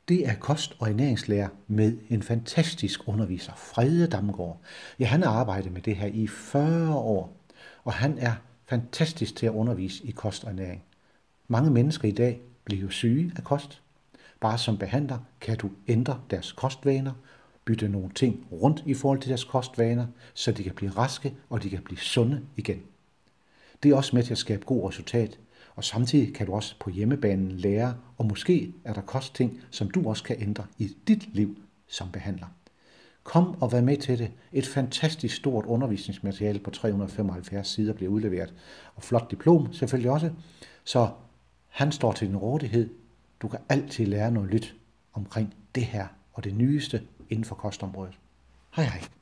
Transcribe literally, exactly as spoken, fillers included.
Det er kost- og ernæringslærer med en fantastisk underviser, Frede Damgaard. Ja, han har arbejdet med det her i fyrre år, og han er fantastisk til at undervise i kost og ernæring. Mange mennesker i dag bliver jo syge af kost. Bare som behandler kan du ændre deres kostvaner, bytte nogle ting rundt i forhold til deres kostvaner, så de kan blive raske og de kan blive sunde igen. Det er også med til at skabe god resultat, og samtidig kan du også på hjemmebanen lære, og måske er der kostting, som du også kan ændre i dit liv som behandler. Kom og vær med til det. Et fantastisk stort undervisningsmateriale på tre hundrede og femoghalvfjerds sider bliver udleveret, og flot diplom selvfølgelig også. Så han står til din rådighed. Du kan altid lære noget nyt omkring det her og det nyeste inden for kostområdet. Hej hej.